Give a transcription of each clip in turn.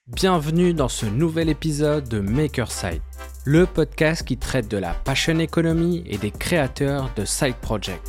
Bienvenue dans ce nouvel épisode de Makerside, le podcast qui traite de la passion economy et des créateurs de side projects.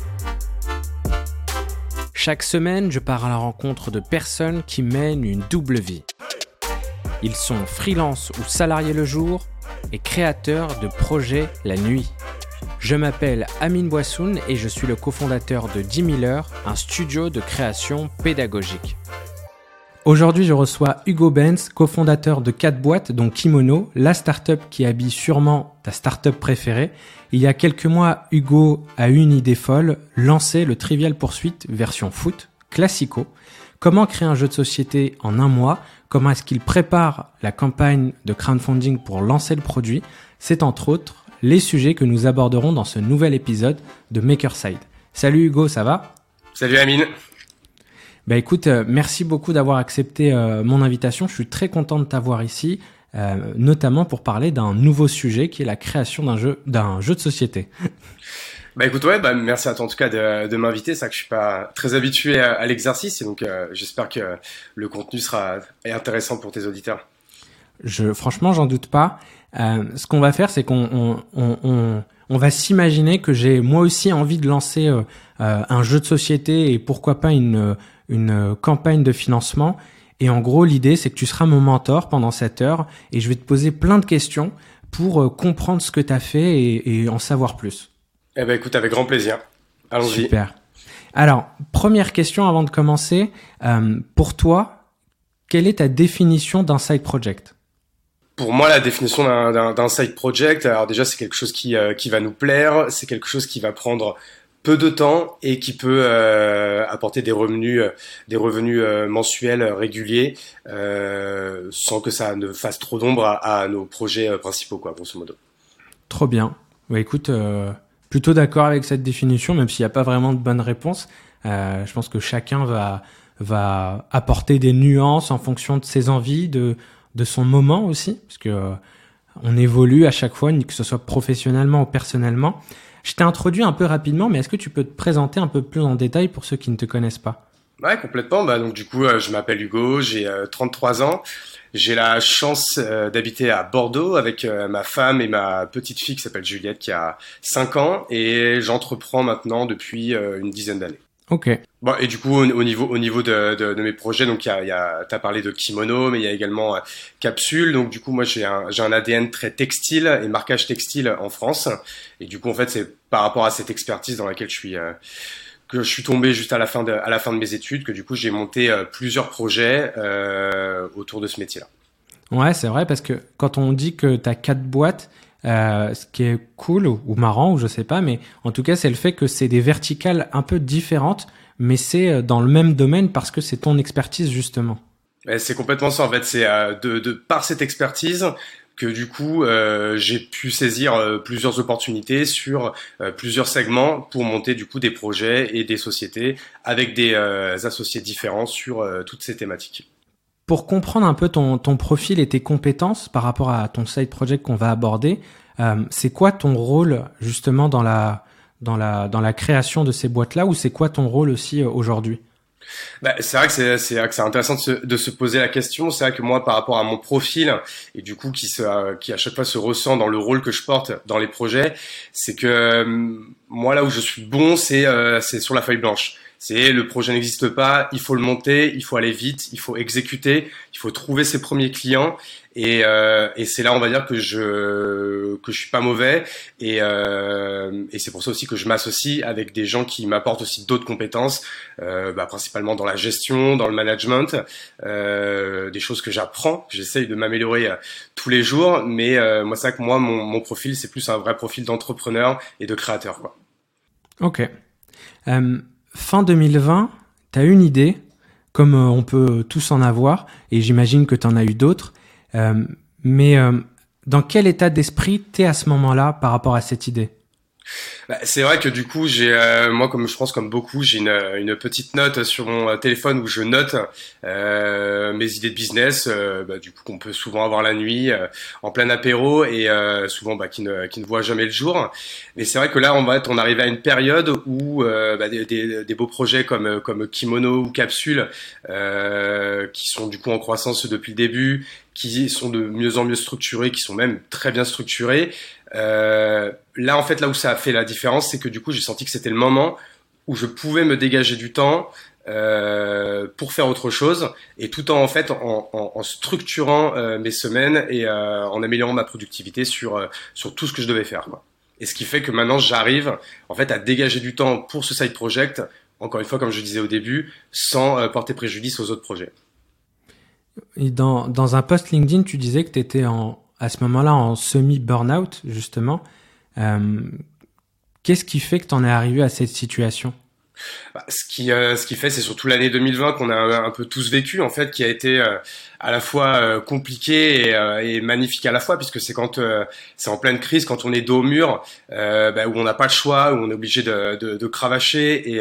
Chaque semaine, je pars à la rencontre de personnes qui mènent une double vie. Ils sont freelance ou salariés le jour et créateurs de projets la nuit. Je m'appelle Amine Boissoun et je suis le cofondateur de 10 000 heures, un studio de création pédagogique. Aujourd'hui, je reçois Hugo Benz, cofondateur de 4 boîtes, dont Kimono, la startup qui habille sûrement ta startup préférée. Il y a quelques mois, Hugo a eu une idée folle, lancer le Trivial Pursuit version foot, classico. Comment créer un jeu de société en un mois? Comment est-ce qu'il prépare la campagne de crowdfunding pour lancer le produit? C'est entre autres les sujets que nous aborderons dans ce nouvel épisode de Makerside. Salut Hugo, ça va? Salut Amine. Bah écoute, merci beaucoup d'avoir accepté mon invitation. Je suis très content de t'avoir ici, notamment pour parler d'un nouveau sujet qui est la création d'un jeu de société. Bah écoute, merci à toi en tout cas de m'inviter. C'est vrai que je suis pas très habitué à l'exercice et donc j'espère que le contenu sera intéressant pour tes auditeurs. Franchement, j'en doute pas. Ce qu'on va faire, c'est qu'on va s'imaginer que j'ai moi aussi envie de lancer un jeu de société et pourquoi pas une campagne de financement. Et en gros, l'idée, c'est que tu seras mon mentor pendant cette heure et je vais te poser plein de questions pour comprendre ce que tu as fait et en savoir plus. Eh ben écoute, avec grand plaisir. Allons-y. Super. Alors, première question avant de commencer. Pour toi, quelle est ta définition d'un side project ? Pour moi, la définition d'un side project, alors déjà, c'est quelque chose qui va nous plaire, c'est quelque chose qui va prendre peu de temps et qui peut apporter des revenus mensuels réguliers sans que ça ne fasse trop d'ombre à nos projets principaux, quoi, grosso modo. Trop bien. Bah, écoute, plutôt d'accord avec cette définition, même s'il n'y a pas vraiment de bonne réponse. Je pense que chacun va apporter des nuances en fonction de ses envies, de son moment aussi, parce que on évolue à chaque fois, que ce soit professionnellement ou personnellement. Je t'ai introduit un peu rapidement, mais est-ce que tu peux te présenter un peu plus en détail pour ceux qui ne te connaissent pas? Ouais, complètement. Donc du coup, je m'appelle Hugo, j'ai 33 ans. J'ai la chance d'habiter à Bordeaux avec ma femme et ma petite fille qui s'appelle Juliette qui a 5 ans et j'entreprends maintenant depuis une dizaine d'années. Ok. Bon, et du coup, au niveau de mes projets, donc t'as parlé de Kimono, mais il y a également Capsule. Donc du coup, moi, j'ai un ADN très textile et marquage textile en France. Et du coup, en fait, c'est par rapport à cette expertise dans laquelle que je suis tombé juste à la fin de mes études, que du coup, j'ai monté plusieurs projets autour de ce métier-là. Ouais, c'est vrai, parce que quand on dit que t'as 4 boîtes, ce qui est cool ou marrant ou je sais pas, mais en tout cas c'est le fait que c'est des verticales un peu différentes, mais c'est dans le même domaine parce que c'est ton expertise justement. C'est complètement ça en fait, c'est par cette expertise que du coup j'ai pu saisir plusieurs opportunités sur plusieurs segments pour monter du coup des projets et des sociétés avec des associés différents sur toutes ces thématiques. Pour comprendre un peu ton profil et tes compétences par rapport à ton side project qu'on va aborder, c'est quoi ton rôle justement dans la création de ces boîtes-là, ou c'est quoi ton rôle aussi aujourd'hui? C'est vrai que c'est intéressant de se poser la question. C'est vrai que moi, par rapport à mon profil et du coup qui à chaque fois se ressent dans le rôle que je porte dans les projets, c'est que moi là où je suis bon, c'est sur la feuille blanche. C'est le projet n'existe pas, il faut le monter, il faut aller vite, il faut exécuter, il faut trouver ses premiers clients et c'est là on va dire que je suis pas mauvais et c'est pour ça aussi que je m'associe avec des gens qui m'apportent aussi d'autres compétences, principalement dans la gestion, dans le management, des choses que j'apprends, que j'essaye de m'améliorer tous les jours, mais moi c'est vrai que mon profil c'est plus un vrai profil d'entrepreneur et de créateur, quoi. Ok. Fin 2020, tu as une idée, comme on peut tous en avoir, et j'imagine que tu en as eu d'autres, mais dans quel état d'esprit t'es à ce moment-là par rapport à cette idée? Bah, c'est vrai que du coup, moi, comme je pense comme beaucoup, j'ai une petite note sur mon téléphone où je note mes idées de business, du coup qu'on peut souvent avoir la nuit, en plein apéro et souvent qui ne voit jamais le jour. Mais c'est vrai que là, on arrive à une période où des beaux projets comme Kimono ou Capsule, qui sont du coup en croissance depuis le début, qui sont de mieux en mieux structurés, qui sont même très bien structurés. Là, en fait, là où ça a fait la différence, c'est que du coup, j'ai senti que c'était le moment où je pouvais me dégager du temps pour faire autre chose, et tout en fait en structurant mes semaines et en améliorant ma productivité sur tout ce que je devais faire, quoi. Et ce qui fait que maintenant, j'arrive en fait à dégager du temps pour ce side project. Encore une fois, comme je disais au début, sans porter préjudice aux autres projets. Et dans un post LinkedIn, tu disais que tu étais à ce moment-là en semi-burnout, justement. Qu'est-ce qui fait que tu en es arrivé à cette situation? Ce qui fait, c'est surtout l'année 2020 qu'on a un peu tous vécu, en fait, qui a été à la fois compliqué et magnifique à la fois, puisque c'est quand c'est en pleine crise, quand on est dos au mur, où on n'a pas le choix, où on est obligé de cravacher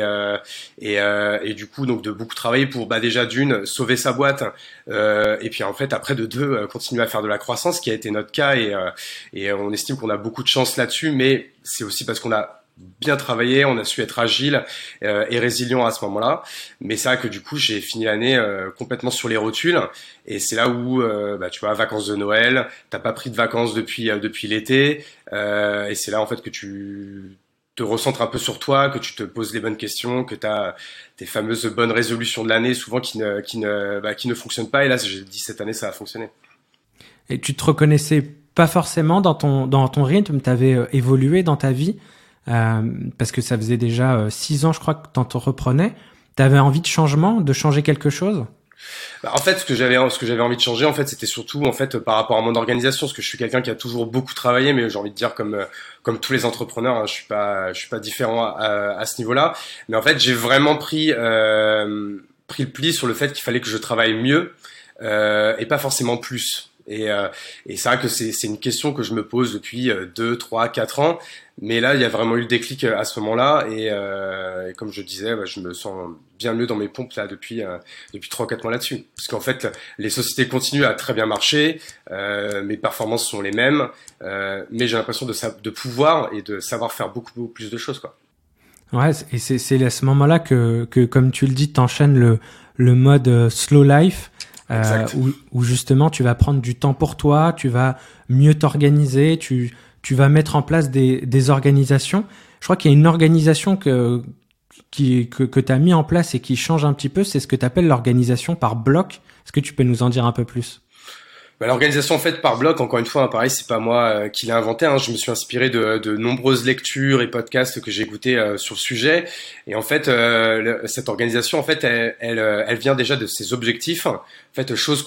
et du coup donc de beaucoup travailler pour déjà d'une sauver sa boîte et puis en fait après de deux continuer à faire de la croissance, qui a été notre cas et on estime qu'on a beaucoup de chance là-dessus, mais c'est aussi parce qu'on a bien travaillé, on a su être agile et résilient à ce moment-là. Mais c'est vrai que du coup, j'ai fini l'année complètement sur les rotules. Et c'est là où, tu vois, vacances de Noël, t'as pas pris de vacances depuis l'été. Et c'est là en fait que tu te recentres un peu sur toi, que tu te poses les bonnes questions, que t'as tes fameuses bonnes résolutions de l'année, souvent qui ne fonctionnent pas. Et là, j'ai dit cette année, ça a fonctionné. Et tu te reconnaissais pas forcément dans ton rythme, t'avais évolué dans ta vie. Parce que ça faisait déjà 6 ans, je crois, que t'en reprenais. T'avais envie de changement, de changer quelque chose? En fait, ce que j'avais envie de changer, en fait, c'était surtout, en fait, par rapport à mon organisation, parce que je suis quelqu'un qui a toujours beaucoup travaillé, mais j'ai envie de dire comme tous les entrepreneurs, hein, je suis pas différent à ce niveau-là. Mais en fait, j'ai vraiment pris le pli sur le fait qu'il fallait que je travaille mieux, et pas forcément plus. Et c'est vrai que c'est une question que je me pose depuis 2, 3, 4 ans. Mais là, il y a vraiment eu le déclic à ce moment-là. Et comme je disais, je me sens bien mieux dans mes pompes là depuis 3 ou 4 mois là-dessus. Parce qu'en fait, les sociétés continuent à très bien marcher. Mes performances sont les mêmes. Mais j'ai l'impression de pouvoir et de savoir faire beaucoup, beaucoup plus de choses, quoi. Ouais, et c'est à ce moment-là que comme tu le dis, t'enchaînes le mode slow life. Où justement tu vas prendre du temps pour toi, tu vas mieux t'organiser, tu vas mettre en place des organisations. Je crois qu'il y a une organisation que tu as mis en place et qui change un petit peu, c'est ce que tu appelles l'organisation par bloc. Est-ce que tu peux nous en dire un peu plus? L'organisation faite par bloc, encore une fois, hein, pareil, c'est pas moi qui l'ai inventé, hein. Je me suis inspiré de nombreuses lectures et podcasts que j'ai écoutés sur le sujet. Et en fait, cette organisation, en fait, elle vient déjà de ses objectifs. En fait, chose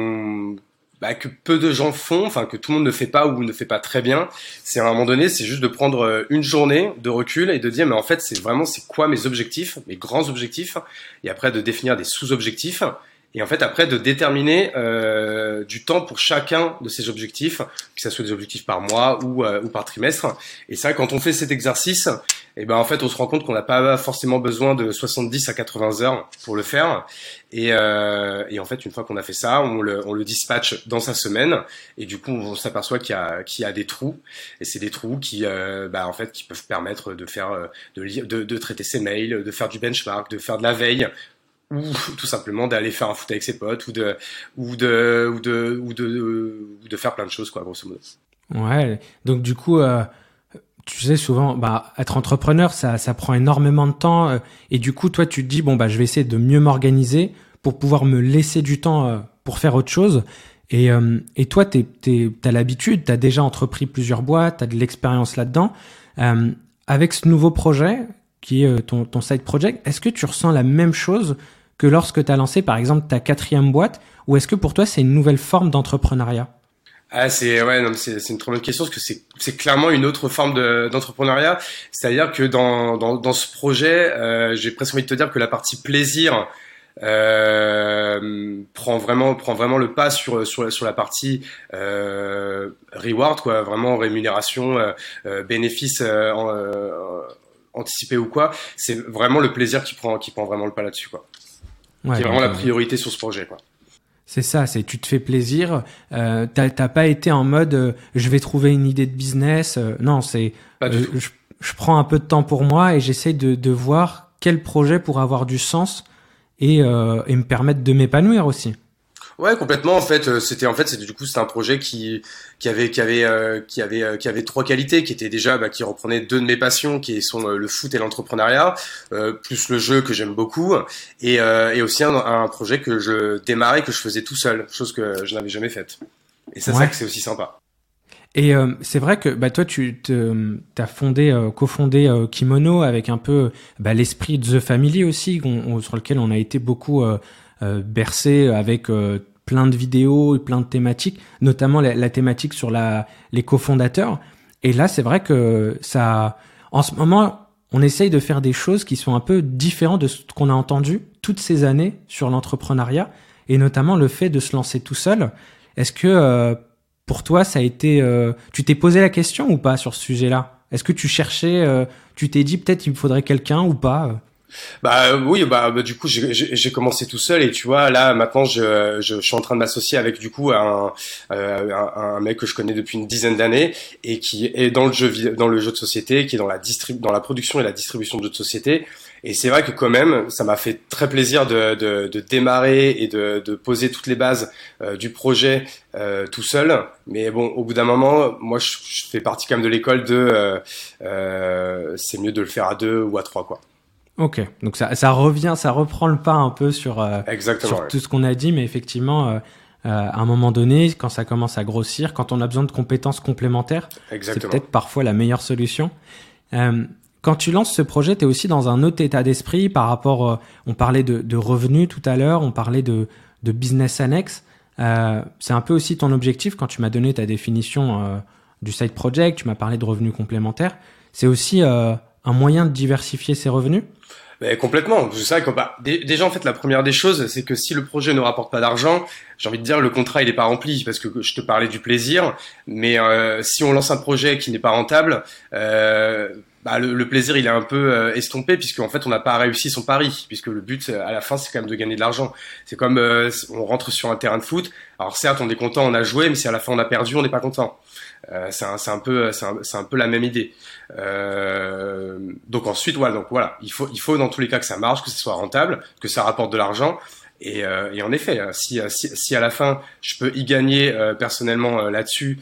que peu de gens font, enfin que tout le monde ne fait pas ou ne fait pas très bien. C'est à un moment donné, c'est juste de prendre une journée de recul et de dire, mais en fait, c'est quoi mes objectifs, mes grands objectifs, et après de définir des sous-objectifs. Et en fait, après, de déterminer du temps pour chacun de ces objectifs, que ce soit des objectifs par mois ou par trimestre. Et c'est vrai, quand on fait cet exercice, en fait, on se rend compte qu'on n'a pas forcément besoin de 70 à 80 heures pour le faire. Et en fait, une fois qu'on a fait ça, on le dispatche dans sa semaine. Et du coup, on s'aperçoit qu'il y a des trous. Et c'est des trous qui peuvent permettre de faire, de traiter ses mails, de faire du benchmark, de faire de la veille, ou tout simplement d'aller faire un foot avec ses potes ou de faire plein de choses, quoi, grosso modo. Ouais, donc du coup tu sais, souvent être entrepreneur ça prend énormément de temps et du coup toi tu te dis je vais essayer de mieux m'organiser pour pouvoir me laisser du temps pour faire autre chose et toi t'as l'habitude, t'as déjà entrepris plusieurs boîtes, t'as de l'expérience là-dedans, avec ce nouveau projet qui est ton side project, est-ce que tu ressens la même chose que lorsque tu as lancé, par exemple, ta 4e boîte, ou est-ce que pour toi, c'est une nouvelle forme d'entrepreneuriat? C'est une très bonne question, parce que c'est clairement une autre forme d'entrepreneuriat. C'est-à-dire que dans ce projet, j'ai presque envie de te dire que la partie plaisir, prend vraiment le pas sur la partie reward, quoi, vraiment rémunération, bénéfice anticipé ou quoi. C'est vraiment le plaisir qui prend vraiment le pas là-dessus, quoi. Ouais, qui est vraiment la priorité sur ce projet, quoi. C'est ça, c'est tu te fais plaisir. T'as pas été en mode je vais trouver une idée de business. Non, c'est je prends un peu de temps pour moi et j'essaye de voir quel projet pourrait avoir du sens et me permettre de m'épanouir aussi. Ouais, complètement. C'était un projet qui avait trois qualités, qui étaient déjà qui reprenait deux de mes passions, qui sont le foot et l'entrepreneuriat, plus le jeu que j'aime beaucoup, et aussi un projet que je démarrais, que je faisais tout seul, chose que je n'avais jamais faite. Et c'est ça que c'est aussi sympa. Et c'est vrai que toi t'as cofondé Kimono avec un peu l'esprit de The Family aussi, sur lequel on a été beaucoup bercé avec plein de vidéos et plein de thématiques, notamment la thématique sur les cofondateurs. Et là, c'est vrai que en ce moment, on essaye de faire des choses qui sont un peu différentes de ce qu'on a entendu toutes ces années sur l'entrepreneuriat, et notamment le fait de se lancer tout seul. Est-ce que pour toi, ça a été, tu t'es posé la question ou pas sur ce sujet-là? Est-ce que tu cherchais, tu t'es dit peut-être il me faudrait quelqu'un ou pas? Oui, du coup j'ai commencé tout seul, et tu vois là maintenant je suis en train de m'associer avec du coup un mec que je connais depuis une dizaine d'années et qui est dans le jeu de société, qui est dans la production et la distribution de jeux de société. Et c'est vrai que quand même ça m'a fait très plaisir de démarrer et de poser toutes les bases du projet tout seul. Mais bon, au bout d'un moment, moi je fais partie quand même de l'école c'est mieux de le faire à deux ou à trois, quoi. Ok, donc ça reprend le pas un peu sur tout ce qu'on a dit, mais effectivement, à un moment donné, quand ça commence à grossir, quand on a besoin de compétences complémentaires, c'est peut-être parfois la meilleure solution. Quand tu lances ce projet, tu es aussi dans un autre état d'esprit par rapport, on parlait de revenus tout à l'heure, on parlait de business annexe. C'est un peu aussi ton objectif quand tu m'as donné ta définition du side project, tu m'as parlé de revenus complémentaires. C'est aussi un moyen de diversifier ses revenus? Complètement. C'est vrai que déjà en fait la première des choses, c'est que si le projet ne rapporte pas d'argent, j'ai envie de dire le contrat il est pas rempli, parce que je te parlais du plaisir, mais si on lance un projet qui n'est pas rentable, le plaisir il est un peu estompé, puisque en fait on n'a pas réussi son pari, puisque le but à la fin c'est quand même de gagner de l'argent. C'est comme on rentre sur un terrain de foot. Alors certes on est content, on a joué, mais si à la fin on a perdu, on n'est pas content. C'est un peu la même idée. Donc ensuite voilà, il faut dans tous les cas que ça marche, que ce soit rentable, que ça rapporte de l'argent. Et en effet, si à la fin je peux y gagner personnellement là-dessus,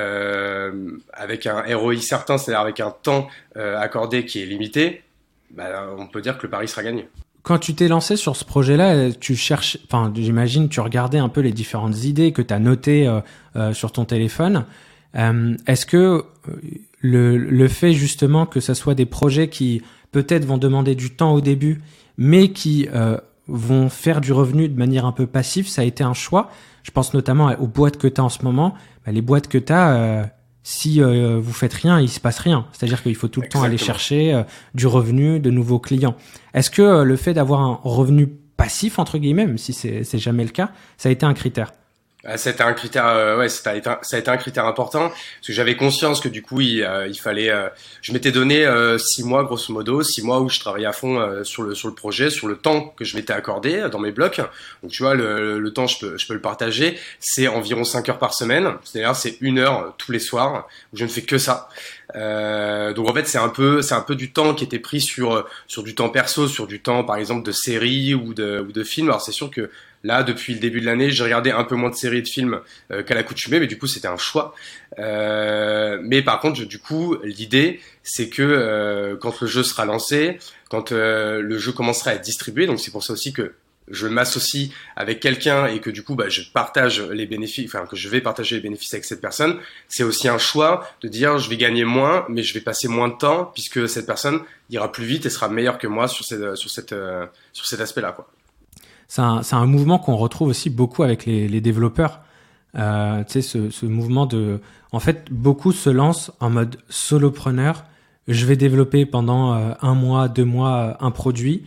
avec un ROI certain, c'est-à-dire avec un temps accordé qui est limité, on peut dire que le pari sera gagné. Quand tu t'es lancé sur ce projet-là, j'imagine tu regardais un peu les différentes idées que tu as notées sur ton téléphone. Est-ce que le fait justement que ça soit des projets qui peut-être vont demander du temps au début, mais qui vont faire du revenu de manière un peu passive, ça a été un choix? Je pense notamment aux boîtes que tu as en ce moment. Les boîtes que tu as, si vous faites rien, il se passe rien. C'est-à-dire qu'il faut tout le temps aller chercher du revenu, de nouveaux clients. Est-ce que le fait d'avoir un revenu passif, entre guillemets, même si c'est jamais le cas, ça a été un critère? Ça a été un critère, ça a été un critère important, parce que j'avais conscience que du coup il fallait, je m'étais donné 6 mois grosso modo, 6 mois où je travaillais à fond sur le projet, sur le temps que je m'étais accordé dans mes blocs. Donc tu vois le temps je peux le partager, c'est environ 5 heures par semaine, c'est-à-dire c'est 1 heure tous les soirs où je ne fais que ça. Donc en fait c'est un peu du temps qui était pris sur du temps perso, sur du temps par exemple de séries ou de films. Alors c'est sûr que là, depuis le début de l'année, j'ai regardé un peu moins de séries et de films qu'à l'accoutumée, mais du coup, c'était un choix. Mais par contre, du coup, l'idée, c'est que quand le jeu sera lancé, quand le jeu commencera à être distribué, donc c'est pour ça aussi que je m'associe avec quelqu'un et que du coup, je partage les bénéfices, enfin que je vais partager les bénéfices avec cette personne. C'est aussi un choix de dire, je vais gagner moins, mais je vais passer moins de temps puisque cette personne ira plus vite et sera meilleure que moi sur cet aspect-là, quoi. C'est un mouvement qu'on retrouve aussi beaucoup avec les développeurs. Tu sais, ce mouvement en fait, beaucoup se lancent en mode solopreneur. Je vais développer pendant 1 mois, 2 mois un produit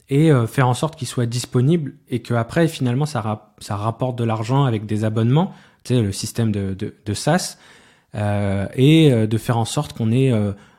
et faire en sorte qu'il soit disponible et que après finalement ça rapporte de l'argent avec des abonnements, tu sais, le système de SaaS, et de faire en sorte qu'on ait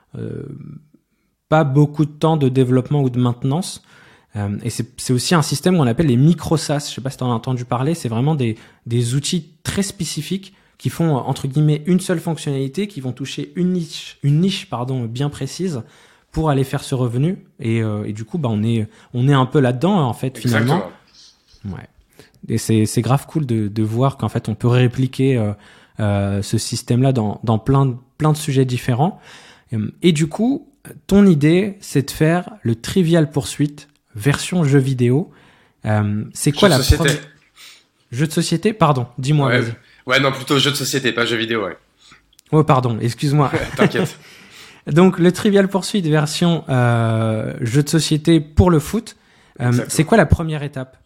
pas beaucoup de temps de développement ou de maintenance. Et c'est aussi un système qu'on appelle les micro-SaaS. Je sais pas si tu en as entendu parler. C'est vraiment des outils très spécifiques qui font, entre guillemets, une seule fonctionnalité, qui vont toucher une niche bien précise pour aller faire ce revenu. Et du coup, on est un peu là-dedans, en fait, finalement. Exactement. Ouais. Et c'est grave cool de voir qu'en fait, on peut répliquer ce système-là dans plein de sujets différents. Et du coup, ton idée, c'est de faire le Trivial Pursuit version jeu vidéo. C'est quoi la première... Jeu de société? Pardon, dis-moi. Ouais, vas-y. Ouais, non, plutôt jeu de société, pas jeu vidéo, ouais. Oh, pardon, excuse-moi. T'inquiète. Donc, le Trivial Pursuit version jeu de société pour le foot. C'est quoi la première étape?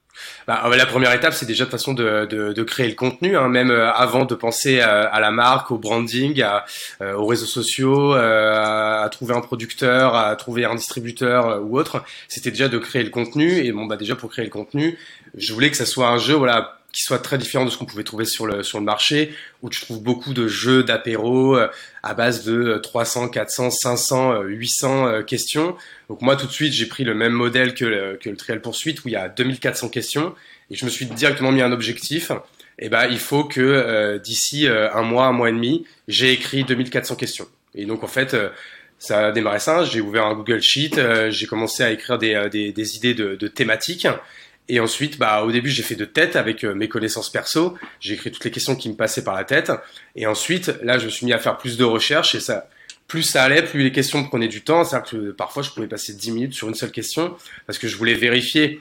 La première étape, c'est déjà de façon de créer le contenu, hein, même avant de penser à la marque, au branding, aux réseaux sociaux, à trouver un producteur, à trouver un distributeur ou autre. C'était déjà de créer le contenu. Et déjà pour créer le contenu, je voulais que ça soit un jeu, qui soit très différent de ce qu'on pouvait trouver sur le marché, où tu trouves beaucoup de jeux d'apéro à base de 300, 400, 500, 800 questions. Donc moi, tout de suite, j'ai pris le même modèle que le Trial Pursuit, où il y a 2400 questions, et je me suis directement mis un objectif. Et il faut que d'ici un mois et demi, j'ai écrit 2400 questions. Et donc en fait, ça a démarré ça. J'ai ouvert un Google Sheet, j'ai commencé à écrire des idées de thématiques. Et ensuite, au début, j'ai fait de tête avec mes connaissances perso. J'ai écrit toutes les questions qui me passaient par la tête. Et ensuite, là, je me suis mis à faire plus de recherches. Et plus ça allait, plus les questions me prenaient du temps. C'est-à-dire que parfois, je pouvais passer 10 minutes sur une seule question parce que je voulais vérifier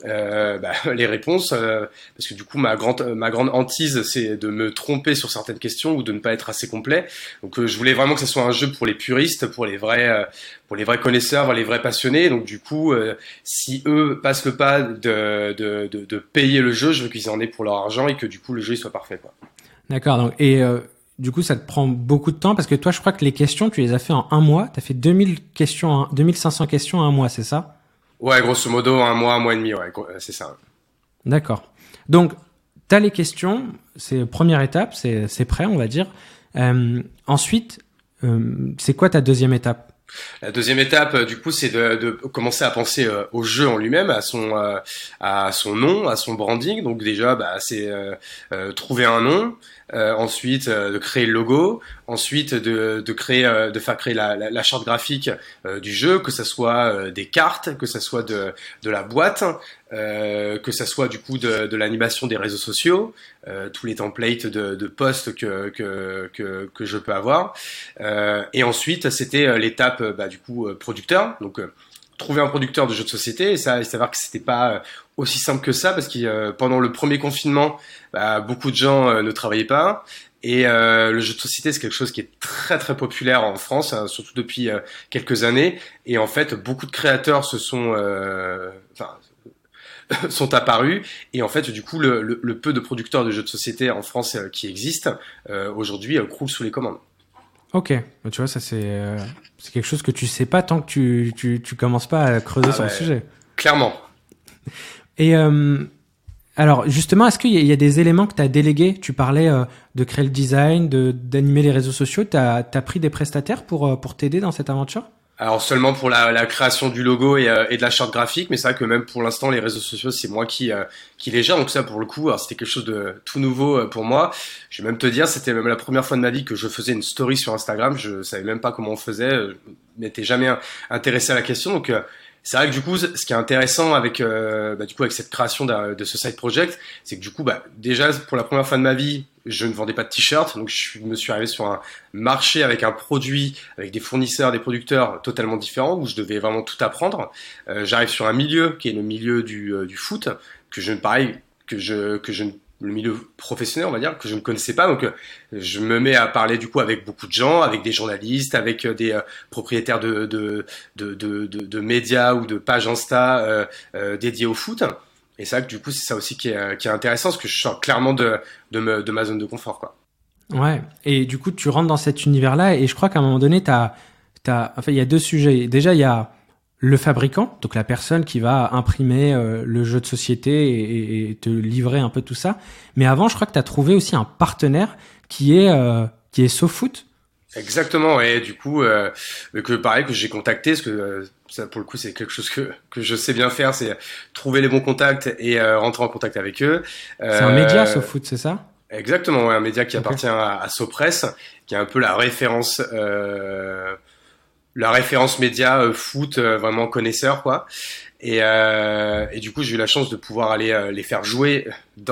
les réponses. Parce que du coup, ma grande hantise, c'est de me tromper sur certaines questions ou de ne pas être assez complet. Donc, je voulais vraiment que ce soit un jeu pour les puristes, pour les vrais connaisseurs, les vrais passionnés. Donc du coup, si eux passent le pas de payer le jeu, je veux qu'ils en aient pour leur argent et que du coup le jeu il soit parfait, quoi. D'accord. Donc, et du coup, ça te prend beaucoup de temps parce que toi, je crois que les questions, tu les as fait en un mois. Tu as fait 2500 questions en un mois, c'est ça? Ouais, grosso modo, un mois et demi, ouais, c'est ça. D'accord. Donc, tu as les questions, c'est première étape, c'est prêt, on va dire. Ensuite, c'est quoi ta deuxième étape? La deuxième étape, du coup, c'est de commencer à penser au jeu en lui-même, à son nom, à son branding. Donc déjà, c'est trouver un nom. Ensuite, de créer le logo. Ensuite, de faire créer la charte graphique du jeu, que ça soit des cartes, que ça soit de la boîte, que ça soit du coup de l'animation des réseaux sociaux, tous les templates de posts que je peux avoir. Et ensuite, c'était l'étape du coup producteur. Donc trouver un producteur de jeux de société, et savoir que c'était pas aussi simple que ça, parce que pendant le premier confinement, beaucoup de gens ne travaillaient pas. Et le jeu de société, c'est quelque chose qui est très très populaire en France, hein, surtout depuis quelques années. Et en fait, beaucoup de créateurs sont apparus. Et en fait, du coup, le peu de producteurs de jeux de société en France qui existent aujourd'hui croulent sous les commandes. Ok, tu vois, ça c'est quelque chose que tu sais pas tant que tu commences pas à creuser sur le sujet. Clairement. Et alors justement, est-ce qu'il y a des éléments que tu as délégués? Tu parlais de créer le design, d'animer les réseaux sociaux. T'as pris des prestataires pour t'aider dans cette aventure? Alors seulement pour la création du logo et de la charte graphique, mais c'est vrai que même pour l'instant les réseaux sociaux c'est moi qui les gère, donc ça pour le coup c'était quelque chose de tout nouveau pour moi. Je vais même te dire, c'était même la première fois de ma vie que je faisais une story sur Instagram. Je savais même pas comment on faisait, je m'étais jamais intéressé à la question, donc c'est vrai que du coup, ce qui est intéressant avec avec cette création de ce side project, c'est que du coup, déjà pour la première fois de ma vie, je ne vendais pas de t-shirts, donc je me suis arrivé sur un marché avec un produit, avec des fournisseurs, des producteurs totalement différents, où je devais vraiment tout apprendre. J'arrive sur un milieu qui est le milieu du foot, le milieu professionnel, on va dire, que je ne connaissais pas. Donc, je me mets à parler du coup avec beaucoup de gens, avec des journalistes, avec des propriétaires de médias ou de pages Insta dédiées au foot. Et c'est vrai que du coup, c'est ça aussi qui est intéressant, parce que je sors clairement de ma zone de confort, quoi. Ouais. Et du coup, tu rentres dans cet univers-là, et je crois qu'à un moment donné, il y a deux sujets. Déjà, il y a le fabricant, donc la personne qui va imprimer le jeu de société et te livrer un peu tout ça. Mais avant, je crois que tu as trouvé aussi un partenaire qui est SoFoot. Exactement, et du coup, que pareil, que j'ai contacté, parce que ça, pour le coup, c'est quelque chose que je sais bien faire, c'est trouver les bons contacts et rentrer en contact avec eux. C'est un média, SoFoot, c'est ça? Exactement, ouais, un média qui Ok. appartient à Sopress, qui est un peu la référence média foot, vraiment connaisseur, quoi. Et du coup, j'ai eu la chance de pouvoir aller les faire jouer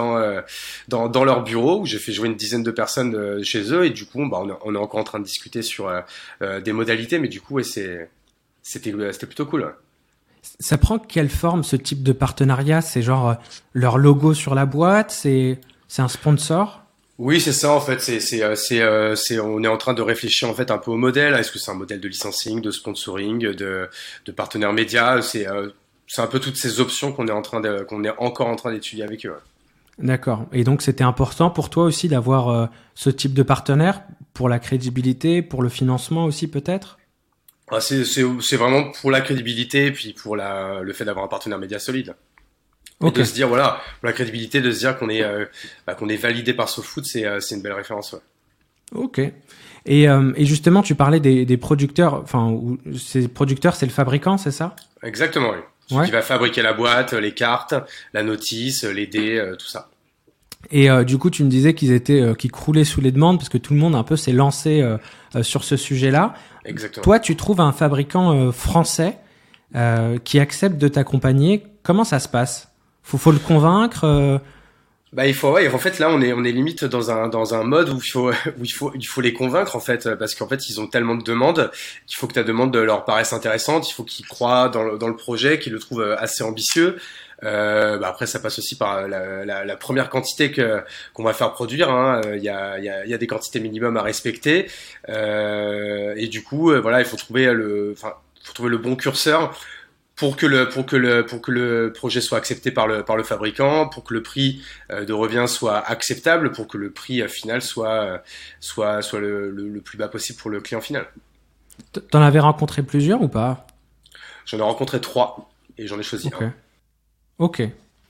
dans leur bureau, où j'ai fait jouer une dizaine de personnes chez eux. Et du coup, bah, on est encore en train de discuter sur des modalités, mais du coup, ouais, c'était plutôt cool. Ouais. Ça prend quelle forme ce type de partenariat? C'est genre leur logo sur la boîte? C'est un sponsor? Oui, c'est ça en fait. On est en train de réfléchir en fait un peu au modèle. Est-ce que c'est un modèle de licensing, de sponsoring, de partenaire média? C'est un peu toutes ces options qu'on est encore en train d'étudier avec eux. Ouais. D'accord. Et donc, c'était important pour toi aussi d'avoir ce type de partenaire pour la crédibilité, pour le financement aussi peut-être? Ah, c'est vraiment pour la crédibilité et puis pour le fait d'avoir un partenaire média solide. Et Ok. de se dire voilà, pour la crédibilité, de se dire qu'on est validé par SoFoot, c'est une belle référence. Ouais. Ok. Et justement, tu parlais des producteurs. Enfin, ces producteurs, c'est le fabricant, c'est ça? Exactement, oui. Ouais. Qui va fabriquer la boîte, les cartes, la notice, les dés, tout ça. Et du coup, tu me disais qu'ils croulaient sous les demandes parce que tout le monde un peu s'est lancé sur ce sujet-là. Exactement. Toi, tu trouves un fabricant français qui accepte de t'accompagner. Comment ça se passe? Faut le convaincre. Bah ouais, en fait là on est limite dans un mode où il faut les convaincre en fait parce qu'en fait ils ont tellement de demandes qu'il faut que ta demande leur paraisse intéressante, il faut qu'ils croient dans le projet, qu'ils le trouvent assez ambitieux. Après ça passe aussi par la première quantité qu'on va faire produire, hein. Il y a des quantités minimum à respecter et du coup voilà, il faut trouver le bon curseur pour que le projet soit accepté par le fabricant, pour que le prix de revient soit acceptable, pour que le prix final soit le plus bas possible pour le client final. T'en avais rencontré plusieurs ou pas? J'en ai rencontré 3 et j'en ai choisi Ok. un. Ok.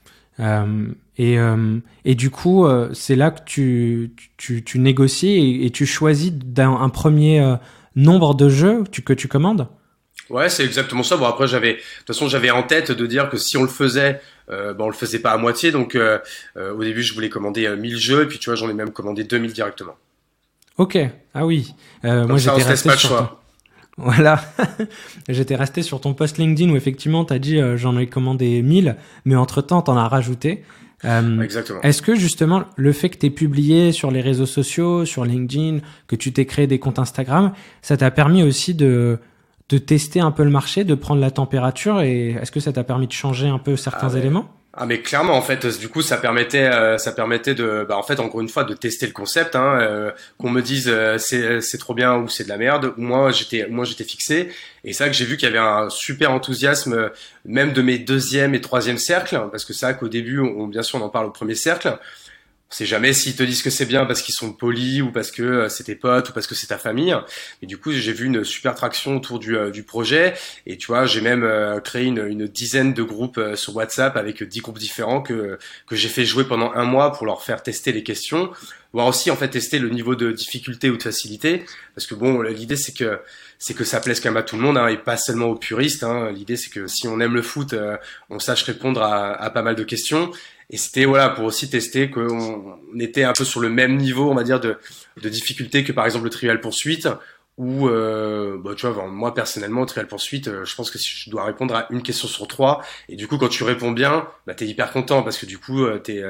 Et du coup, c'est là que tu négocies et tu choisis un premier nombre de jeux que tu commandes? Ouais, c'est exactement ça. Bon après de toute façon j'avais en tête de dire que si on le faisait, on le faisait pas à moitié. Donc au début je voulais commander 1000 jeux et puis tu vois j'en ai même commandé 2000 directement. Ok. Ah oui. Comme Moi ça on j'étais se laisse resté pas de sur ton... choix. Voilà. J'étais resté sur ton post LinkedIn où effectivement t'as dit j'en ai commandé 1000, mais entre-temps t'en as rajouté. Ouais, exactement. Est-ce que justement le fait que t'aies publié sur les réseaux sociaux, sur LinkedIn, que tu t'es créé des comptes Instagram, ça t'a permis aussi de tester un peu le marché, de prendre la température, et est-ce que ça t'a permis de changer un peu certains Ah, ouais. éléments? Ah mais clairement en fait du coup ça permettait de en fait encore une fois de tester le concept, hein, qu'on me dise c'est trop bien ou c'est de la merde, ou moi j'étais fixé, et c'est vrai que j'ai vu qu'il y avait un super enthousiasme même de mes deuxième et troisième cercles, parce que c'est vrai qu'au début bien sûr on en parle au premier cercle. On sait jamais s'ils te disent que c'est bien parce qu'ils sont polis ou parce que c'est tes potes ou parce que c'est ta famille. Et du coup, j'ai vu une super traction autour du projet. Et tu vois, j'ai même créé une dizaine de groupes sur WhatsApp avec 10 groupes différents que j'ai fait jouer pendant un mois pour leur faire tester les questions, voire aussi en fait tester le niveau de difficulté ou de facilité. Parce que bon, l'idée c'est que ça plaise quand même à tout le monde, hein, et pas seulement aux puristes, hein. L'idée c'est que si on aime le foot, on sache répondre à pas mal de questions. Et c'était voilà pour aussi tester qu'on était un peu sur le même niveau, on va dire, de difficulté que par exemple le Trivial Poursuite, où tu vois, moi personnellement, au Trivial Poursuite, je pense que si je dois répondre à une question sur 3, et du coup quand tu réponds bien, bah t'es hyper content parce que du coup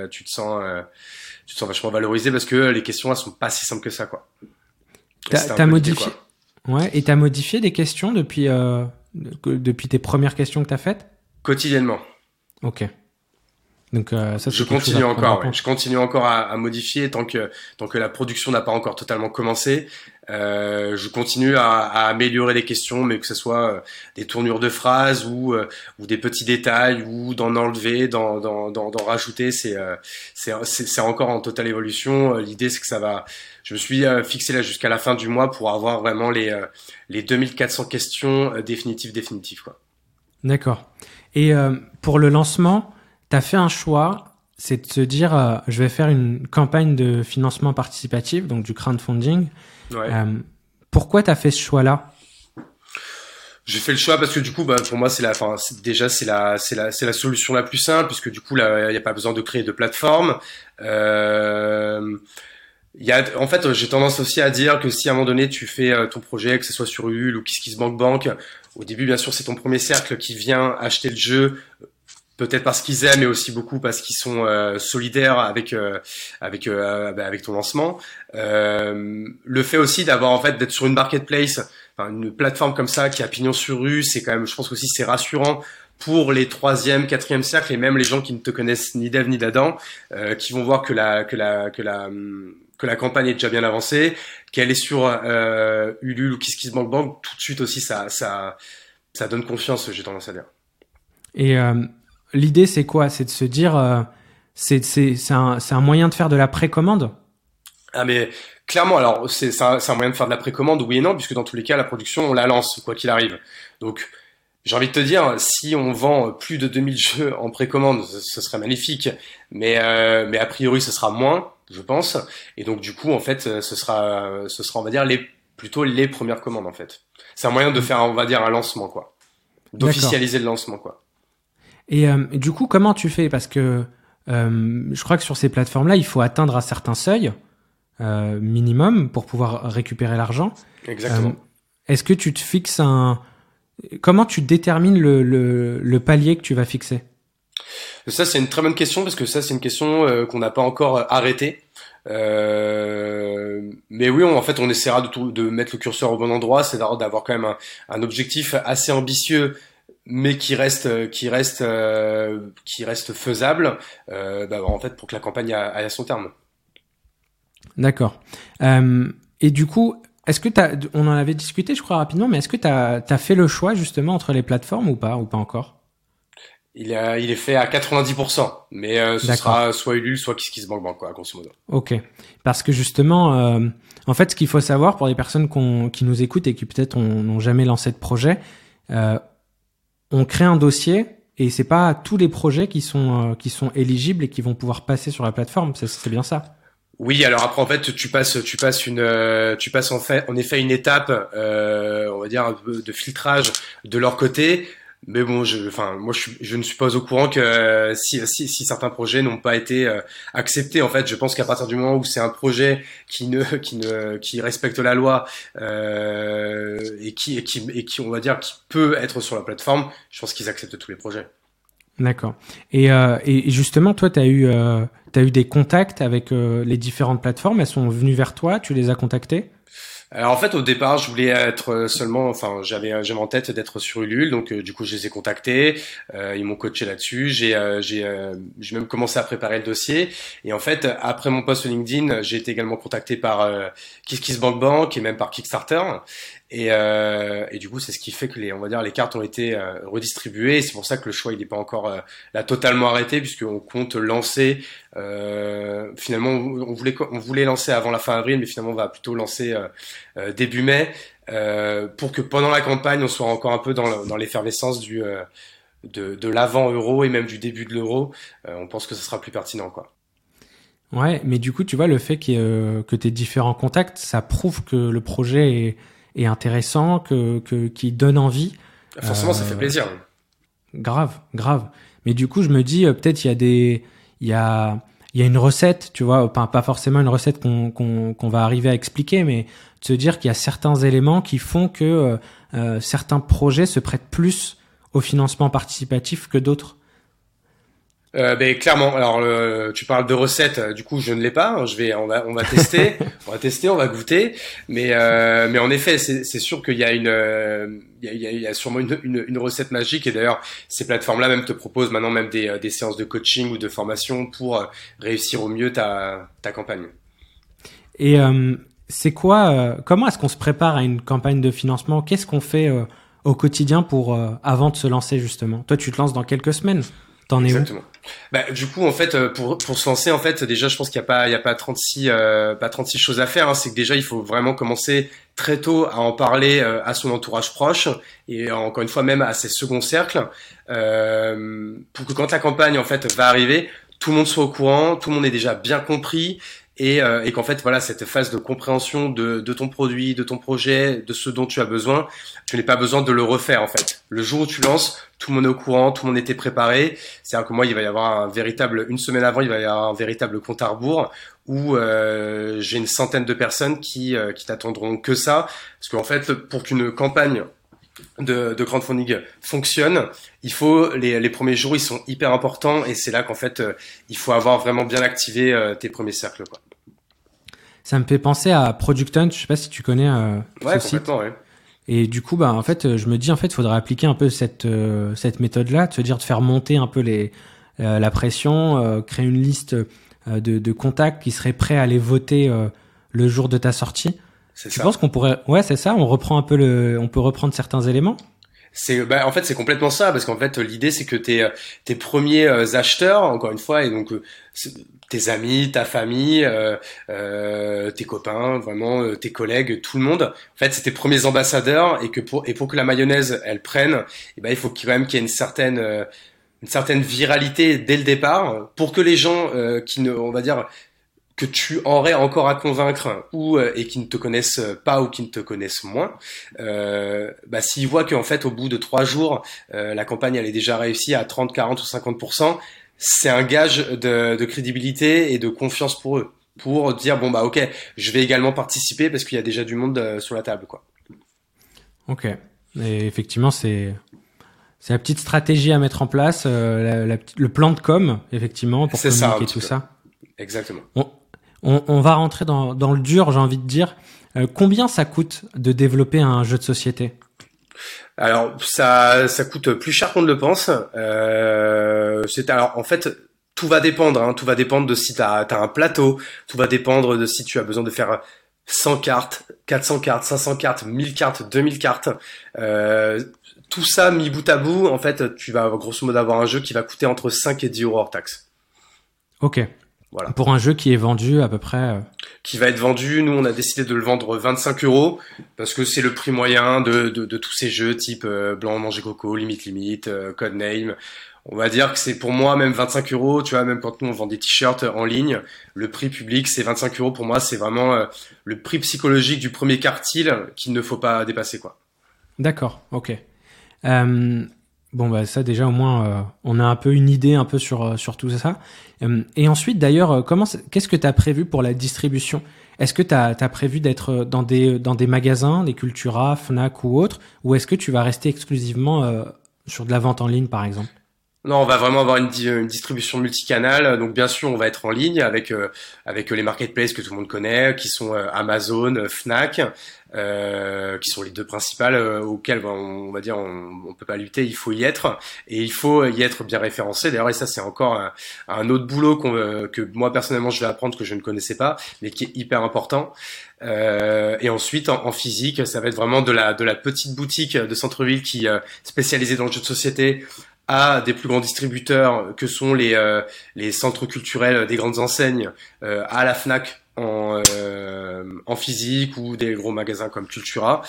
tu te sens vachement valorisé parce que les questions elles sont pas si simples que ça, quoi. Et c'était un T'as peu l'idée, modifié, quoi. ouais, et t'as modifié des questions depuis tes premières questions que t'as faites? Quotidiennement. Ok. Donc ça Je c'est quelque chose à continue prendre en encore, ouais. compte. Je continue encore à modifier tant que la production n'a pas encore totalement commencé. Je continue à améliorer les questions, mais que ce soit des tournures de phrases ou des petits détails ou d'en enlever, d'en rajouter. C'est encore en totale évolution. L'idée c'est que ça va. Je me suis fixé là jusqu'à la fin du mois pour avoir vraiment les 2400 questions définitives quoi. D'accord. Et pour le lancement, tu as fait un choix, c'est de se dire, je vais faire une campagne de financement participatif, donc du crowdfunding. Ouais. Pourquoi tu as fait ce choix-là? J'ai fait le choix parce que du coup, pour moi, c'est la solution la plus simple puisque du coup, là, il n'y a pas besoin de créer de plateforme. En fait, j'ai tendance aussi à dire que si à un moment donné tu fais ton projet, que ce soit sur Ulule ou KissKissBankBank, au début, bien sûr, c'est ton premier cercle qui vient acheter le jeu, peut-être parce qu'ils aiment, mais aussi beaucoup parce qu'ils sont solidaires avec ton lancement. Le fait aussi d'avoir en fait d'être sur une marketplace, enfin, une plateforme comme ça qui a pignon sur rue, c'est quand même, je pense aussi c'est rassurant pour les troisième, quatrième cercles et même les gens qui ne te connaissent ni d'Ève ni d'Adam, qui vont voir que la campagne est déjà bien avancée, qu'elle est sur Ulule ou KissKissBankBank, tout de suite aussi ça donne confiance, j'ai tendance à dire. Et l'idée, c'est quoi? C'est de se dire, c'est un moyen de faire de la précommande? Ah mais clairement, alors c'est un moyen de faire de la précommande, oui et non, puisque dans tous les cas, la production, on la lance, quoi qu'il arrive. Donc, j'ai envie de te dire, si on vend plus de 2000 jeux en précommande, ce serait magnifique, mais a priori, ce sera moins, je pense. Et donc, du coup, en fait, ce sera, on va dire, plutôt les premières commandes, en fait. C'est un moyen de faire, on va dire, un lancement, quoi. D'officialiser le lancement, quoi. Et du coup, comment tu fais? Parce que je crois que sur ces plateformes-là, il faut atteindre un certain seuil minimum pour pouvoir récupérer l'argent. Exactement. Est-ce que tu te fixes Comment tu détermines le palier que tu vas fixer? Ça, c'est une très bonne question parce que ça, c'est une question qu'on n'a pas encore arrêtée. Mais oui, en fait, on essaiera de mettre le curseur au bon endroit, c'est d'avoir quand même un objectif assez ambitieux, mais qui reste faisable, en fait, pour que la campagne aille à son terme. D'accord. Et du coup, est-ce que on en avait discuté, je crois, rapidement, mais est-ce que t'as fait le choix justement entre les plateformes ou pas encore? Il est fait à 90%, mais ce sera soit Ulule, soit KissKissBankBank, quoi, grosso modo. Ok. Parce que justement, en fait, ce qu'il faut savoir pour les personnes qui nous écoutent et qui peut-être n'ont jamais lancé de projet, on crée un dossier et c'est pas tous les projets qui sont éligibles et qui vont pouvoir passer sur la plateforme. C'est bien ça. Oui, alors après en fait tu passes en effet une étape, on va dire un peu de filtrage de leur côté. Mais bon, je ne suis pas au courant que si certains projets n'ont pas été acceptés. En fait, je pense qu'à partir du moment où c'est un projet qui respecte la loi et qui on va dire qui peut être sur la plateforme, je pense qu'ils acceptent tous les projets. D'accord. Et justement, toi, t'as eu des contacts avec les différentes plateformes. Elles sont venues vers toi. Tu les as contactées? Alors en fait au départ je voulais être j'avais en tête d'être sur Ulule, donc du coup je les ai contactés, ils m'ont coaché là-dessus, j'ai même commencé à préparer le dossier et en fait après mon post sur LinkedIn j'ai été également contacté par KissKissBankBank et même par Kickstarter et du coup c'est ce qui fait que les cartes ont été redistribuées et c'est pour ça que le choix il n'est pas encore là totalement arrêté puisqu'on compte lancer finalement on voulait lancer avant la fin avril mais finalement on va plutôt lancer début mai pour que pendant la campagne on soit encore un peu dans l'effervescence de l'avant euro et même du début de l'euro. On pense que ce sera plus pertinent quoi. Ouais, mais du coup tu vois le fait que t'aies différents contacts, ça prouve que le projet est intéressant, qu'il donne envie. Forcément ça fait plaisir. Grave. Mais du coup je me dis peut-être il y a une recette, tu vois, pas forcément une recette qu'on va arriver à expliquer, mais de se dire qu'il y a certains éléments qui font que certains projets se prêtent plus au financement participatif que d'autres. Clairement. Alors, tu parles de recettes. Du coup, je ne l'ai pas. On va tester, on va goûter. Mais en effet, c'est sûr qu'il y a il y a sûrement une recette magique. Et d'ailleurs, ces plateformes-là même te proposent maintenant même des séances de coaching ou de formation pour réussir au mieux ta campagne. Et c'est quoi comment est-ce qu'on se prépare à une campagne de financement? Qu'est-ce qu'on fait au quotidien pour avant de se lancer justement? Toi, tu te lances dans quelques semaines. T'en es où? Exactement. Bah, du coup, en fait, pour se lancer, en fait, déjà, je pense qu'il y a pas 36 choses à faire, hein. C'est que déjà, il faut vraiment commencer très tôt à en parler à son entourage proche et encore une fois même à ses seconds cercles, pour que quand la campagne en fait va arriver, tout le monde soit au courant, tout le monde ait déjà bien compris et qu'en fait voilà cette phase de compréhension de ton produit, de ton projet, de ce dont tu as besoin, tu n'aies pas besoin de le refaire en fait. Le jour où tu lances, tout le monde est au courant, tout le monde était préparé. C'est-à-dire que moi, il va y avoir une semaine avant, il va y avoir un véritable compte à rebours où j'ai une centaine de personnes qui t'attendront que ça. Parce qu'en fait, pour qu'une campagne de crowdfunding fonctionne, il faut les premiers jours, ils sont hyper importants et c'est là qu'en fait, il faut avoir vraiment bien activé tes premiers cercles, quoi. Ça me fait penser à Product Hunt. Je sais pas si tu connais Ouais, ce site. complètement, ouais. Et du coup, bah en fait, je me dis en fait, faudrait appliquer un peu cette méthode-là, de se dire de faire monter un peu la pression, créer une liste de contacts qui seraient prêts à aller voter le jour de ta sortie. C'est Tu ça. penses qu'on pourrait, ouais, c'est ça, on peut reprendre certains éléments? En fait c'est complètement ça parce qu'en fait l'idée c'est que tes premiers acheteurs encore une fois et donc tes amis, ta famille, tes copains, vraiment tes collègues, tout le monde. En fait, c'est tes premiers ambassadeurs et pour que la mayonnaise elle prenne, et ben il faut quand même qu'il y ait une certaine viralité dès le départ pour que les gens qui ne on va dire que tu aurais encore à convaincre ou et qui ne te connaissent pas ou qui ne te connaissent moins, s'ils voient qu'en fait au bout de 3 jours la campagne elle est déjà réussie à 30, 40 ou 50%, c'est un gage de crédibilité et de confiance pour eux, pour dire bon bah ok, je vais également participer parce qu'il y a déjà du monde sur la table, quoi. Ok. Et effectivement, c'est la petite stratégie à mettre en place, le plan de com, effectivement, pour C'est communiquer ça, tout ça. Exactement. On va rentrer dans le dur, j'ai envie de dire. Combien ça coûte de développer un jeu de société? Alors ça coûte plus cher qu'on ne le pense. Alors en fait tout va dépendre, hein. Tout va dépendre de si t'as un plateau, tout va dépendre de si tu as besoin de faire 100 cartes, 400 cartes, 500 cartes, 1000 cartes, 2000 cartes. Tout ça mis bout à bout, en fait, tu vas grosso modo avoir un jeu qui va coûter entre 5 et 10 euros hors taxe. Ok. Voilà. Pour un jeu qui est vendu à peu près... Qui va être vendu, nous on a décidé de le vendre 25 euros parce que c'est le prix moyen de tous ces jeux type Blanc Manger Coco, Limite, Codename. On va dire que c'est pour moi même 25 euros, tu vois, même quand nous on vend des t-shirts en ligne, le prix public c'est 25 euros. Pour moi c'est vraiment le prix psychologique du premier quartile qu'il ne faut pas dépasser, quoi. D'accord, ok. Bon bah ça déjà au moins on a un peu une idée un peu sur tout ça. Et ensuite d'ailleurs qu'est-ce que tu as prévu pour la distribution? Est-ce que tu as prévu d'être dans des magasins, des Cultura, Fnac ou autres, ou est-ce que tu vas rester exclusivement sur de la vente en ligne par exemple? Non, on va vraiment avoir une distribution multicanale. Donc bien sûr, on va être en ligne avec les marketplaces que tout le monde connaît, qui sont Amazon, Fnac, qui sont les deux principales auxquelles on va dire on peut pas lutter. Il faut y être et il faut y être bien référencé. D'ailleurs, et ça c'est encore un autre boulot que moi personnellement je vais apprendre que je ne connaissais pas, mais qui est hyper important. Et ensuite en physique, ça va être vraiment de la petite boutique de centre-ville qui spécialisée dans le jeu de société, à des plus grands distributeurs que sont les centres culturels des grandes enseignes, à la Fnac en physique ou des gros magasins comme Cultura.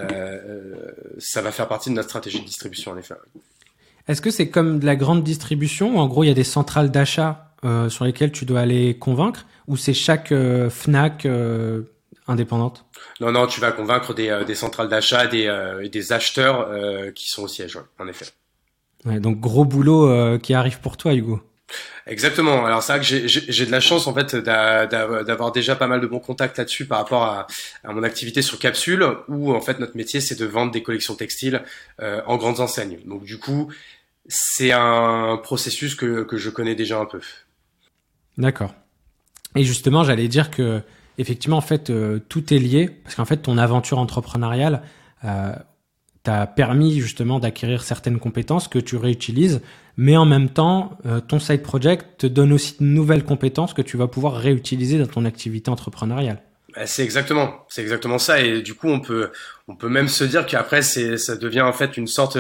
Ça va faire partie de notre stratégie de distribution en effet. Est-ce que c'est comme de la grande distribution où en gros il y a des centrales d'achat sur lesquelles tu dois aller convaincre, ou c'est chaque Fnac indépendante? Non, tu vas convaincre des centrales d'achat et des acheteurs qui sont au siège, ouais, en effet. Ouais, donc gros boulot qui arrive pour toi, Hugo. Exactement. Alors c'est vrai que j'ai de la chance en fait d'avoir déjà pas mal de bons contacts là-dessus par rapport à mon activité sur Capsule, où en fait notre métier c'est de vendre des collections textiles en grandes enseignes. Donc du coup c'est un processus que je connais déjà un peu. D'accord. Et justement j'allais dire que effectivement en fait tout est lié, parce qu'en fait ton aventure entrepreneuriale t'a permis justement d'acquérir certaines compétences que tu réutilises, mais en même temps, ton side project te donne aussi de nouvelles compétences que tu vas pouvoir réutiliser dans ton activité entrepreneuriale. C'est exactement ça. Et du coup, on peut même se dire qu'après, ça devient en fait une sorte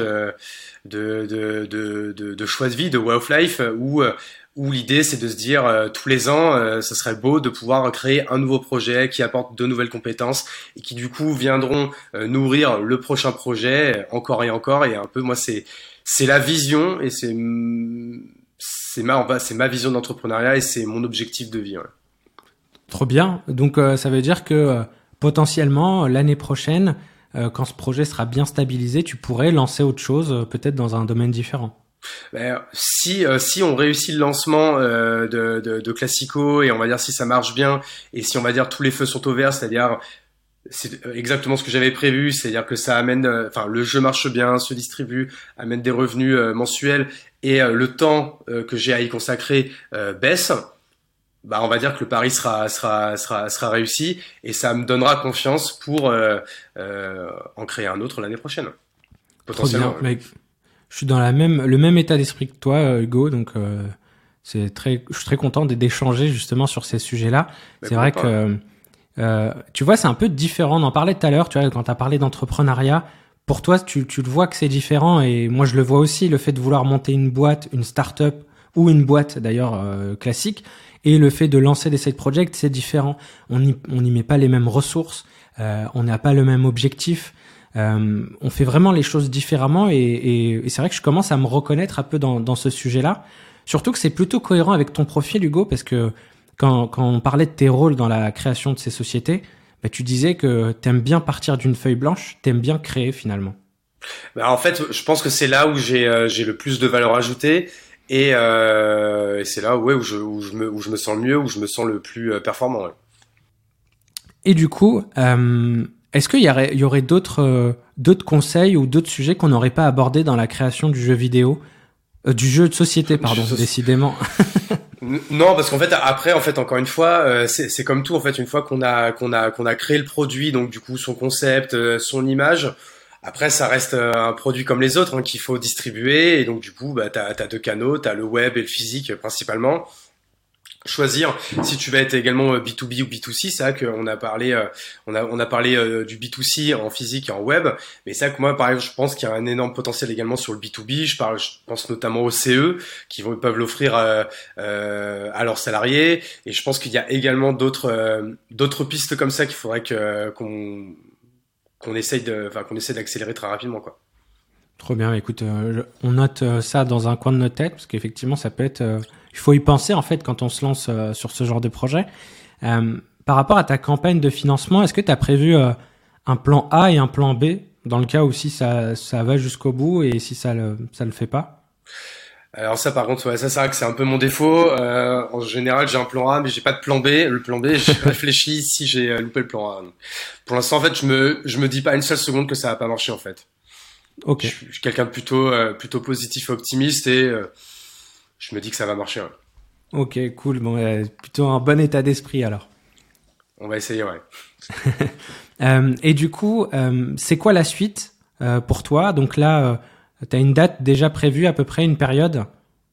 de choix de vie, de way of life, où l'idée c'est de se dire tous les ans, ça serait beau de pouvoir créer un nouveau projet qui apporte de nouvelles compétences et qui du coup viendront nourrir le prochain projet encore et encore. Et un peu, moi, c'est la vision et c'est ma vision d'entrepreneuriat et c'est mon objectif de vie. Ouais. Trop bien. Donc ça veut dire que potentiellement l'année prochaine, quand ce projet sera bien stabilisé, tu pourrais lancer autre chose, peut-être dans un domaine différent. Ben, si on réussit le lancement de Classico et on va dire si ça marche bien et si on va dire tous les feux sont au vert, c'est-à-dire c'est exactement ce que j'avais prévu, c'est-à-dire que ça amène, enfin le jeu marche bien, se distribue, amène des revenus mensuels et le temps que j'ai à y consacrer baisse. Bah, on va dire que le pari sera réussi et ça me donnera confiance pour en créer un autre l'année prochaine. Potentiellement. Trop bien. Mec, je suis dans le même état d'esprit que toi, Hugo, donc je suis très content d'échanger justement sur ces sujets-là. Mais C'est vrai pourquoi pas. que tu vois, c'est un peu différent. On en parlait tout à l'heure, tu vois, quand tu as parlé d'entrepreneuriat. Pour toi, tu le vois que c'est différent et moi je le vois aussi, le fait de vouloir monter une boîte, une start-up ou une boîte d'ailleurs classique. Et le fait de lancer des side projects, c'est différent. On n'y met pas les mêmes ressources, on n'a pas le même objectif. On fait vraiment les choses différemment et c'est vrai que je commence à me reconnaître un peu dans ce sujet-là. Surtout que c'est plutôt cohérent avec ton profil, Hugo, parce que quand on parlait de tes rôles dans la création de ces sociétés, bah, tu disais que t'aimes bien partir d'une feuille blanche, t'aimes bien créer finalement. Bah, en fait, je pense que c'est là où j'ai le plus de valeur ajoutée et c'est là ouais, où je me sens le mieux, où je me sens le plus performant. Ouais. Et du coup, est-ce qu'il y aurait d'autres conseils ou d'autres sujets qu'on n'aurait pas abordés dans la création du jeu vidéo, du jeu de société, pardon, décidément. Non, parce qu'en fait après en fait encore une fois c'est comme tout en fait une fois qu'on a créé le produit donc du coup son concept son image après ça reste un produit comme les autres hein, qu'il faut distribuer et donc du coup bah t'as deux canaux t'as le web et le physique principalement choisir si tu vas être également B2B ou B2C. C'est vrai qu'on a parlé on a parlé du B2C en physique et en web, mais c'est vrai que moi par exemple je pense qu'il y a un énorme potentiel également sur le B2B. Je pense notamment aux CE peuvent l'offrir à leurs salariés et je pense qu'il y a également d'autres pistes comme ça qu'il faudrait qu'on essaye d'accélérer très rapidement quoi. Trop bien. Écoute, on note ça dans un coin de notre tête parce qu'effectivement, ça peut être. Il faut y penser en fait quand on se lance sur ce genre de projet. Par rapport à ta campagne de financement, est-ce que tu as prévu un plan A et un plan B dans le cas où si ça va jusqu'au bout et si ça le fait pas? Alors ça par contre ouais, ça c'est vrai que c'est un peu mon défaut. En général j'ai un plan A mais j'ai pas de plan B. Le plan B je réfléchis si j'ai loupé le plan A. Donc, pour l'instant en fait je me dis pas une seule seconde que ça va pas marcher en fait. Ok. Je suis quelqu'un de plutôt positif et optimiste et je me dis que ça va marcher. Ouais. Ok, cool. Bon, plutôt un bon état d'esprit alors. On va essayer ouais. Et du coup, c'est quoi la suite pour toi? Donc là, tu as une date déjà prévue, à peu près une période?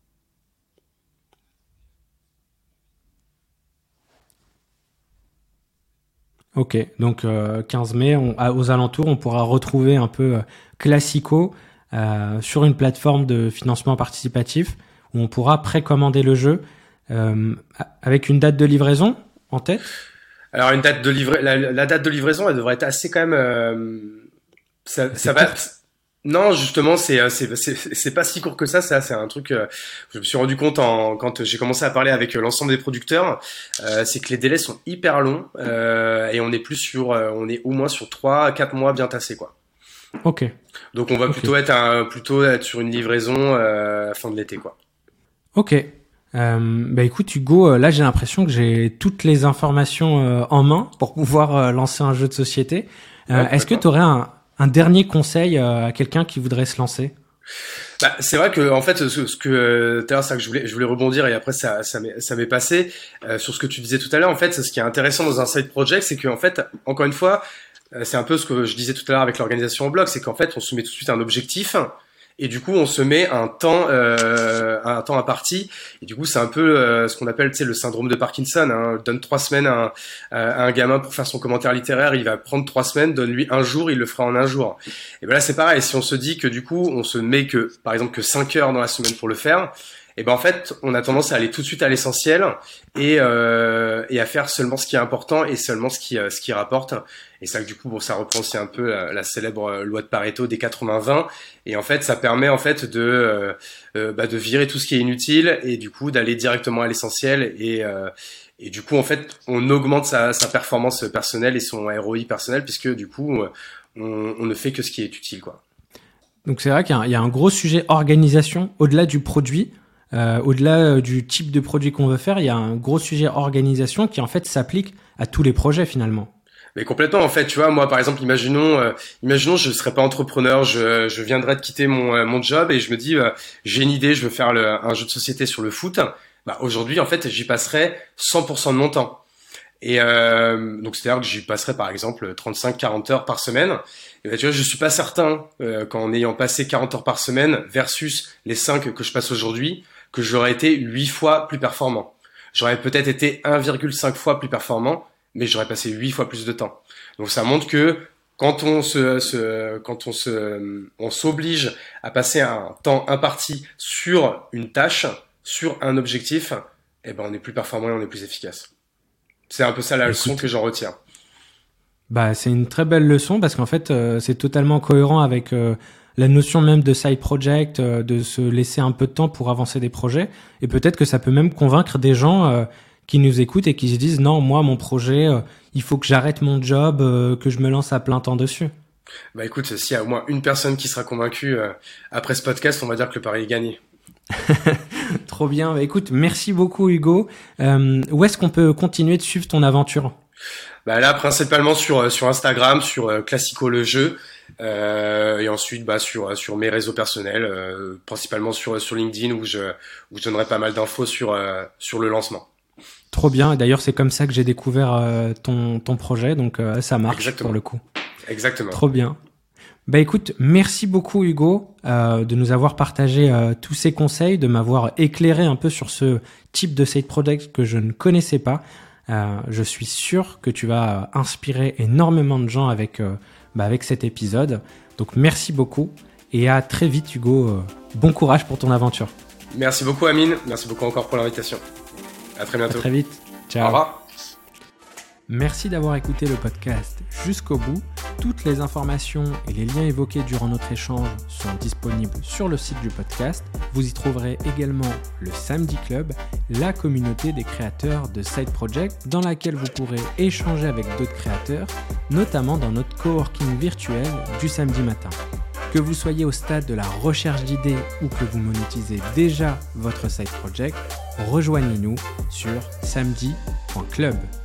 Ok, donc 15 mai, aux alentours, on pourra retrouver un peu Classico sur une plateforme de financement participatif où on pourra précommander le jeu avec une date de livraison en tête. Alors une date de la date de livraison elle devrait être assez quand même ça va Courte. non justement c'est pas si court que ça c'est un truc je me suis rendu compte quand j'ai commencé à parler avec l'ensemble des producteurs c'est que les délais sont hyper longs et on est au moins sur 3 à 4 mois bien tassés quoi. Ok. Donc on va Ok. plutôt être sur une livraison fin de l'été quoi. Ok. Bah écoute Hugo, là j'ai l'impression que j'ai toutes les informations en main pour pouvoir lancer un jeu de société. Ouais, Est-ce que d'accord. tu aurais un dernier conseil à quelqu'un qui voudrait se lancer? Bah, c'est vrai que en fait ce que tout à l'heure c'est ça que je voulais rebondir et après ça m'est passé sur ce que tu disais tout à l'heure en fait ce qui est intéressant dans un side project c'est que en fait encore une fois c'est un peu ce que je disais tout à l'heure avec l'organisation en bloc c'est qu'en fait on se met tout de suite un objectif et du coup on se met un temps imparti, et du coup c'est un peu ce qu'on appelle, tu sais, le syndrome de Parkinson, hein. Donne 3 semaines à un gamin pour faire son commentaire littéraire, il va prendre 3 semaines, donne-lui un jour, il le fera en un jour. Et ben là c'est pareil, si on se dit que du coup on se met que par exemple que 5 heures dans la semaine pour le faire, et ben en fait on a tendance à aller tout de suite à l'essentiel et à faire seulement ce qui est important et seulement ce qui rapporte. Et ça, du coup, bon, ça reprend aussi un peu la célèbre loi de Pareto des 80-20. Et en fait, ça permet en fait de virer tout ce qui est inutile et du coup d'aller directement à l'essentiel. Et du coup, en fait, on augmente sa performance personnelle et son ROI personnel, puisque du coup, on ne fait que ce qui est utile, quoi. Donc c'est vrai qu'il y a un gros sujet organisation au-delà du produit. Au-delà du type de produit qu'on veut faire, il y a un gros sujet organisation qui en fait s'applique à tous les projets finalement. Mais complètement, en fait, tu vois, moi par exemple, imaginons je serais pas entrepreneur, je viendrais de quitter mon job et je me dis j'ai une idée, je veux faire un jeu de société sur le foot. Bah aujourd'hui en fait, j'y passerai 100% de mon temps. Et donc c'est-à-dire que j'y passerai par exemple 35-40 heures par semaine. Et bah, tu vois, je suis pas certain qu'en ayant passé 40 heures par semaine versus les 5 que je passe aujourd'hui, que j'aurais été 8 fois plus performant. J'aurais peut-être été 1,5 fois plus performant, mais j'aurais passé 8 fois plus de temps. Donc ça montre que quand on s'oblige à passer un temps imparti sur une tâche, sur un objectif, eh ben on est plus performant et on est plus efficace. C'est un peu ça la leçon que j'en retiens. Bah c'est une très belle leçon parce qu'en fait c'est totalement cohérent avec la notion même de side project, de se laisser un peu de temps pour avancer des projets, et peut-être que ça peut même convaincre des gens qui nous écoutent et qui se disent non, moi mon projet il faut que j'arrête mon job, que je me lance à plein temps dessus. Bah écoute, s'il y a au moins une personne qui sera convaincue après ce podcast, on va dire que le pari est gagné. Trop bien. Bah, écoute, merci beaucoup Hugo. Où est-ce qu'on peut continuer de suivre ton aventure ? Bah là principalement sur Instagram, sur Classico le jeu, et ensuite sur mes réseaux personnels, principalement sur LinkedIn où je donnerai pas mal d'infos sur le lancement. Trop bien. Et d'ailleurs, c'est comme ça que j'ai découvert ton projet, donc ça marche. Exactement. Pour le coup. Exactement. Trop bien. Bah écoute, merci beaucoup Hugo de nous avoir partagé tous ces conseils, de m'avoir éclairé un peu sur ce type de side project que je ne connaissais pas. Je suis sûr que tu vas inspirer énormément de gens avec cet épisode. Donc merci beaucoup et à très vite Hugo. Bon courage pour ton aventure. Merci beaucoup Amine, merci beaucoup encore pour l'invitation. À très bientôt. À très vite. Ciao. Au revoir. Merci d'avoir écouté le podcast jusqu'au bout. Toutes les informations et les liens évoqués durant notre échange sont disponibles sur le site du podcast. Vous y trouverez également le Samedi Club, la communauté des créateurs de Side Project dans laquelle vous pourrez échanger avec d'autres créateurs, notamment dans notre coworking virtuel du samedi matin. Que vous soyez au stade de la recherche d'idées ou que vous monétisez déjà votre Side Project, rejoignez-nous sur samedi.club.